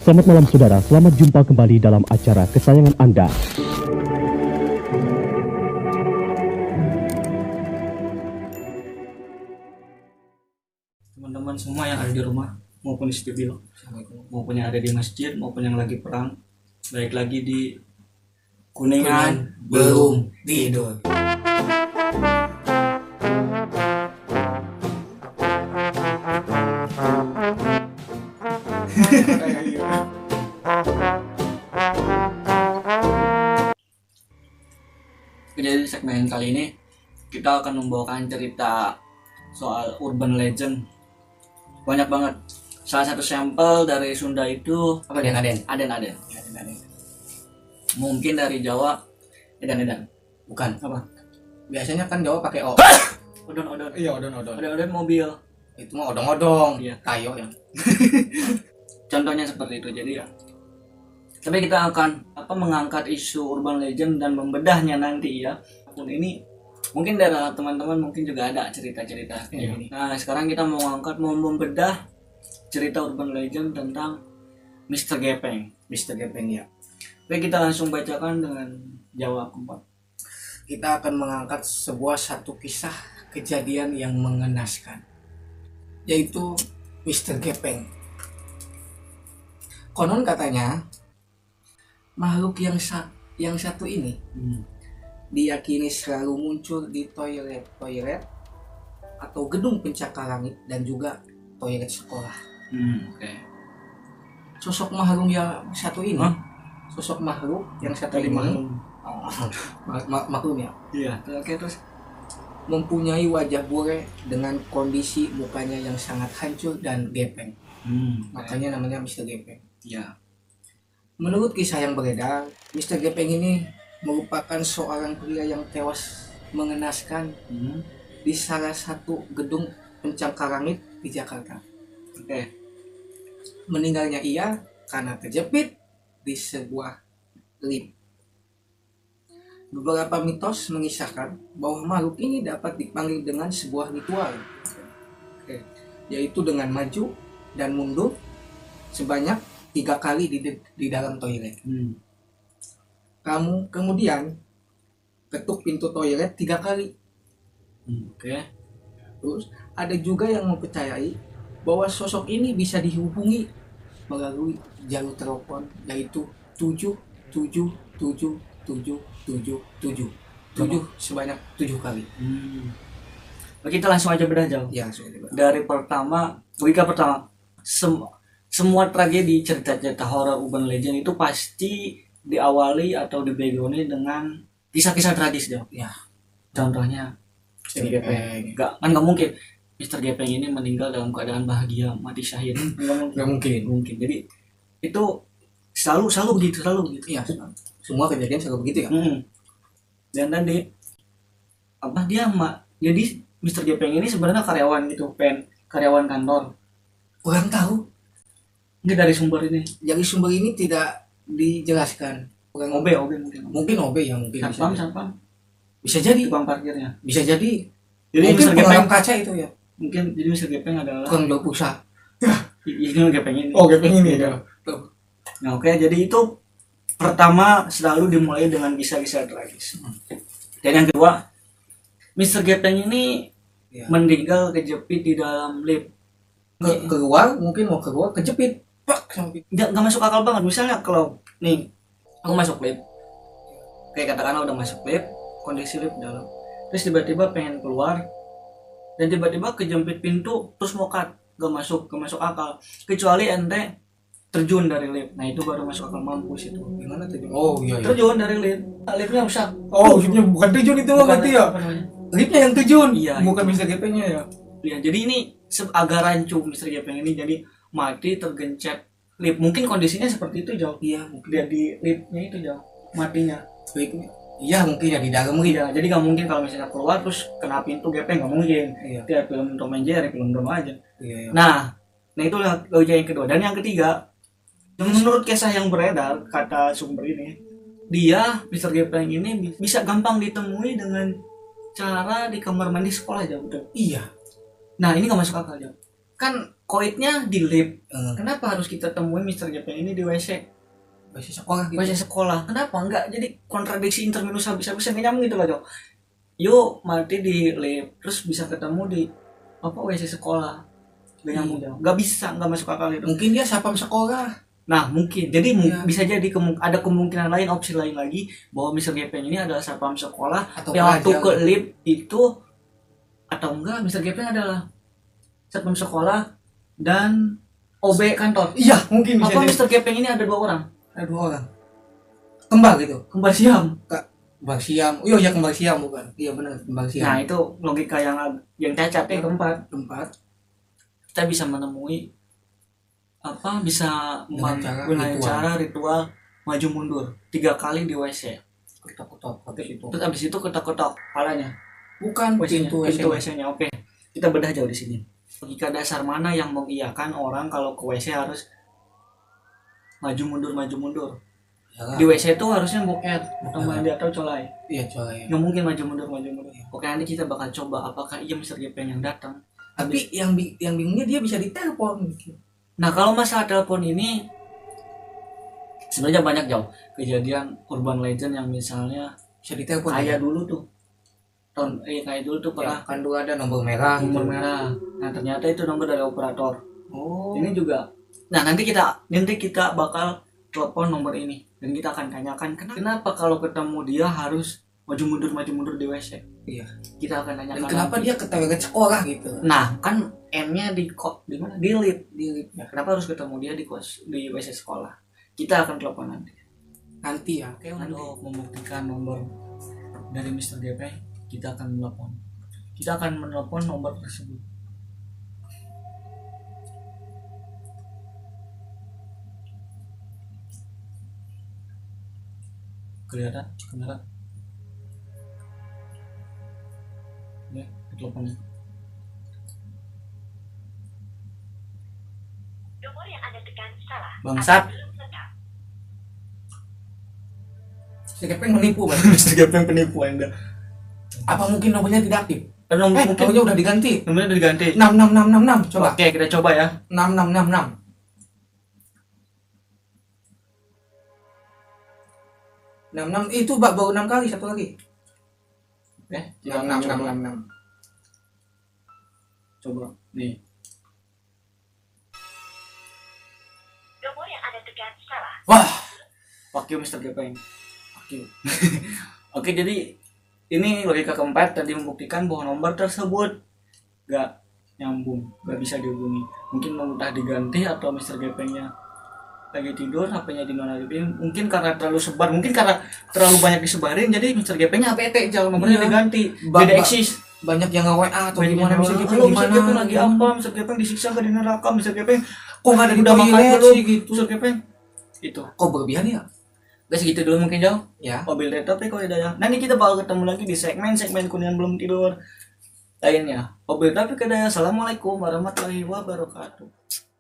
Selamat malam saudara, selamat jumpa kembali dalam acara kesayangan Anda. Teman-teman semua yang ada di rumah maupun di studio, maupun yang ada di masjid, maupun yang lagi perang, baik lagi di Kuningan belum tidur. Jadi segmen kali ini kita akan membawakan cerita soal urban legend. Banyak banget. Salah satu sampel dari Sunda itu Apa Aden? Aden. Mungkin dari Jawa Edan. Bukan. Apa? Biasanya kan Jawa pakai o. Odon. Iya, odon. Odon mobil. Itu mah odong-odong. Iya. Tayo ya. Contohnya seperti itu. Jadi ya. Tapi kita akan mengangkat isu urban legend dan membedahnya nanti ya. Ini mungkin dari teman-teman mungkin juga ada cerita-cerita kayak Iya. gini. Nah, sekarang kita mau membedah cerita urban legend tentang Mr. Gepeng. Mister Gepeng ya. Oke, kita langsung bacakan dengan Jawa keempat. Kita akan mengangkat satu kisah kejadian yang mengenaskan, yaitu Mister Gepeng. Konon katanya makhluk yang satu ini diyakini selalu muncul di toilet atau gedung pencakar langit dan juga toilet sekolah. Oke. Sosok makhluk yang satu ini, Hah? sosok makhluk yang satu Tadi ini, malam. maklum ya, Iya. Oke, terus mempunyai wajah bure dengan kondisi mukanya yang sangat hancur dan gepeng. Makanya namanya Mister Gepeng. ya. Menurut kisah yang beredar, Mister Gepeng ini merupakan seorang pria yang tewas mengenaskan di salah satu gedung pencakar langit di Jakarta. Oke. Meninggalnya ia karena terjepit di sebuah lift. Beberapa mitos mengisahkan bahwa makhluk ini dapat dipanggil dengan sebuah ritual, yaitu dengan maju dan mundur sebanyak 3 kali di dalam toilet. Kamu kemudian ketuk pintu toilet 3 kali. Oke. Terus ada juga yang mempercayai bahwa sosok ini bisa dihubungi melalui jalur telepon, yaitu 7 sebanyak 7 kali. Oke, kita langsung aja bedah jauh. Ya, sudah. Dari logika pertama, semua tragedi cerita-cerita horor urban legend itu pasti diawali atau di-background dengan kisah-kisah tragis jauh. Ya. Contohnya Mr. Gepeng. Nggak mungkin Mr. Gepeng ini meninggal dalam keadaan bahagia mati syahid. Nggak mungkin. Jadi itu selalu begitu. Iya, semua kejadian selalu begitu ya. Dan tadi jadi Mr. Gepeng ini sebenarnya karyawan gitu, karyawan kantor. Kurang tahu. Ini dari sumber ini. Jadi sumber ini tidak dijelaskan. OB Mungkin OB ya, mungkin Satpam. bisa jadi. Tukang parkirnya. Bisa jadi. Jadi Mungkin Mr. pengeram Gepeng kaca itu ya. mungkin jadi Mr. Gepeng adalah Tukang jual pulsa. ini Gepeng ini. Oh, Gepeng ini ya. Nah, oke, jadi itu pertama selalu dimulai dengan kisah-kisah tragis. Dan yang kedua, Mr. Gepeng ini Ya. meninggal kejepit di dalam lift. Keluar, mungkin mau keluar kejepit. Pak, sampai Nggak masuk akal banget. Misalnya kalau nih aku masuk lift, kayak katakanlah udah masuk lift, kondisi lift dalam, terus tiba-tiba pengen keluar dan tiba-tiba kejepit pintu terus mokat, gak masuk akal. Kecuali ente terjun dari lift, nah itu baru masuk akal, mampus itu. gimana tadi? Oh iya. Terjun dari lift, liftnya rusak. Oh, liftnya bukan terjun itu loh berarti ya. Apa namanya? Liftnya yang terjun. Iya, Bukan itu. Mister Gepengnya ya. Ya, jadi ini agak rancu Mr. Gepeng ini, jadi mati tergencet lift. Mungkin kondisinya seperti itu jauh. Iya, mungkin. Dia di liftnya itu jauh matinya. Liftnya. Iya, mungkin ya di dalam lift. Iya, jadi nggak mungkin kalau misalnya keluar terus kena pintu Gepeng, nggak mungkin. Iya. Kayak film Tom and Jerry, film drama aja. Iya. Nah itu logika yang kedua. Dan yang ketiga, menurut kisah yang beredar kata sumber ini, Mr. Gepeng ini bisa gampang ditemui dengan cara di kamar mandi sekolah jauh. Iya. Nah ini nggak masuk akal jauh. kan koitnya di lift. Kenapa harus kita temuin Mr. Gepeng ini di WC sekolah gitu. WC sekolah? Kenapa enggak? Jadi kontradiksi interminus habis-habisan nggak nyambung gitu loh, Cok. Yuk mati di lift terus bisa ketemu di WC sekolah. Gak nyambung jauh. Gak bisa, gak masuk akal itu. Mungkin dia sapam sekolah. Nah mungkin, jadi bisa jadi ada kemungkinan lain, opsi lain lagi bahwa Mr. Gepeng ini adalah satpam sekolah Atau yang waktu pelajar. ke lift itu, atau enggak Mr. Gepeng adalah satpam sekolah dan OB kantor. Iya, mungkin bisa Apa jadi. Mr. Gepeng ini ada 2 orang? Ada 2 orang. Kembar gitu. Kembar siam. Kembar siam. Oh iya, kembar siam bukan. Iya benar, kembar siam. Nah itu logika yang cacat ya. Keempat, kita bisa menemui bisa Dengan cara ritual maju mundur 3 kali di WC. Ketok-ketok habis itu. Terus abis itu ketok-ketok kepalanya. Bukan pintu WC. WC-nya. Oke, kita bedah jauh di sini. Logika dasar mana yang mengiyakan orang kalau ke WC harus maju mundur? Ya, Di WC itu harusnya boker atau mandi atau colai. iya colai. Nggak mungkin maju mundur. Oke, nanti kita bakal coba apakah iya Mr. Gepeng yang datang. Tapi yang bingungnya dia bisa ditelepon gitu. Nah kalau masalah telepon ini sebenarnya banyak jauh kejadian urban legend yang misalnya Bisa ditelepon. kayak dulu tuh kayak dulu tuh pernah Kan dulu ada nomor merah. nomor merah. Nah ternyata itu nomor dari operator. Oh. Ini juga. Nah nanti kita bakal telepon nomor ini dan kita akan tanyakan kenapa kalau ketemu dia harus maju mundur di WC. Iya. Kita akan tanyakan. Dan kenapa nanti. dia ke toilet sekolah gitu? Nah kan M-nya di mana? Di lift. Ya. Kenapa harus ketemu dia di WC sekolah? Kita akan telepon nanti. Nanti ya. Oke, untuk membuktikan nomor dari Mr. Gepeng, kita akan menelpon nomor tersebut. Kelihatan kamera? Ya, teleponnya. Nomor yang Anda tekan salah. Bangsat. Belum lengkap. Si Kepeng menipu kan? Mr. Gepeng penipu Anda. Apa mungkin nomornya tidak aktif? Mungkin Nomornya udah diganti. nomornya udah diganti. 66666. Coba. Oke, kita coba ya. 6666. 66 itu baru 6 kali, satu lagi. Oke, kita akan coba. 66666. Coba nih. Nomor yang Anda tekan salah. Wah, Fuck you Mr. Gepeng. Fuck you. Oke, jadi ini logika keempat tadi membuktikan bahwa nomor tersebut gak nyambung, gak bisa dihubungi. Mungkin udah diganti atau Mr. Gepengnya lagi tidur, HP-nya dinonaktifin. Mungkin karena terlalu sebar, mungkin karena terlalu banyak disebarin, jadi Mr. Gepengnya HPT jauh nomornya Iya. diganti. Ba- Jadi ba- eksis. banyak yang nge-WA atau gimana Mr. Mr. Gepeng, Gepeng halo Mr. gimana? Gepeng lagi apa? Mr. Gepeng disiksa ke di neraka. Mr. Gepeng Kok nggak ada di udah makan toilet belum? sih gitu? Mr. Gepeng itu. Kok berlebihan ya? Guys, segitu dulu mungkin jauh. Ya. Mobil retro kok ada yang. Nanti kita bakal ketemu lagi di segmen kuningan belum tidur lainnya. Mobil tapi kedaya. Assalamualaikum warahmatullahi wabarakatuh.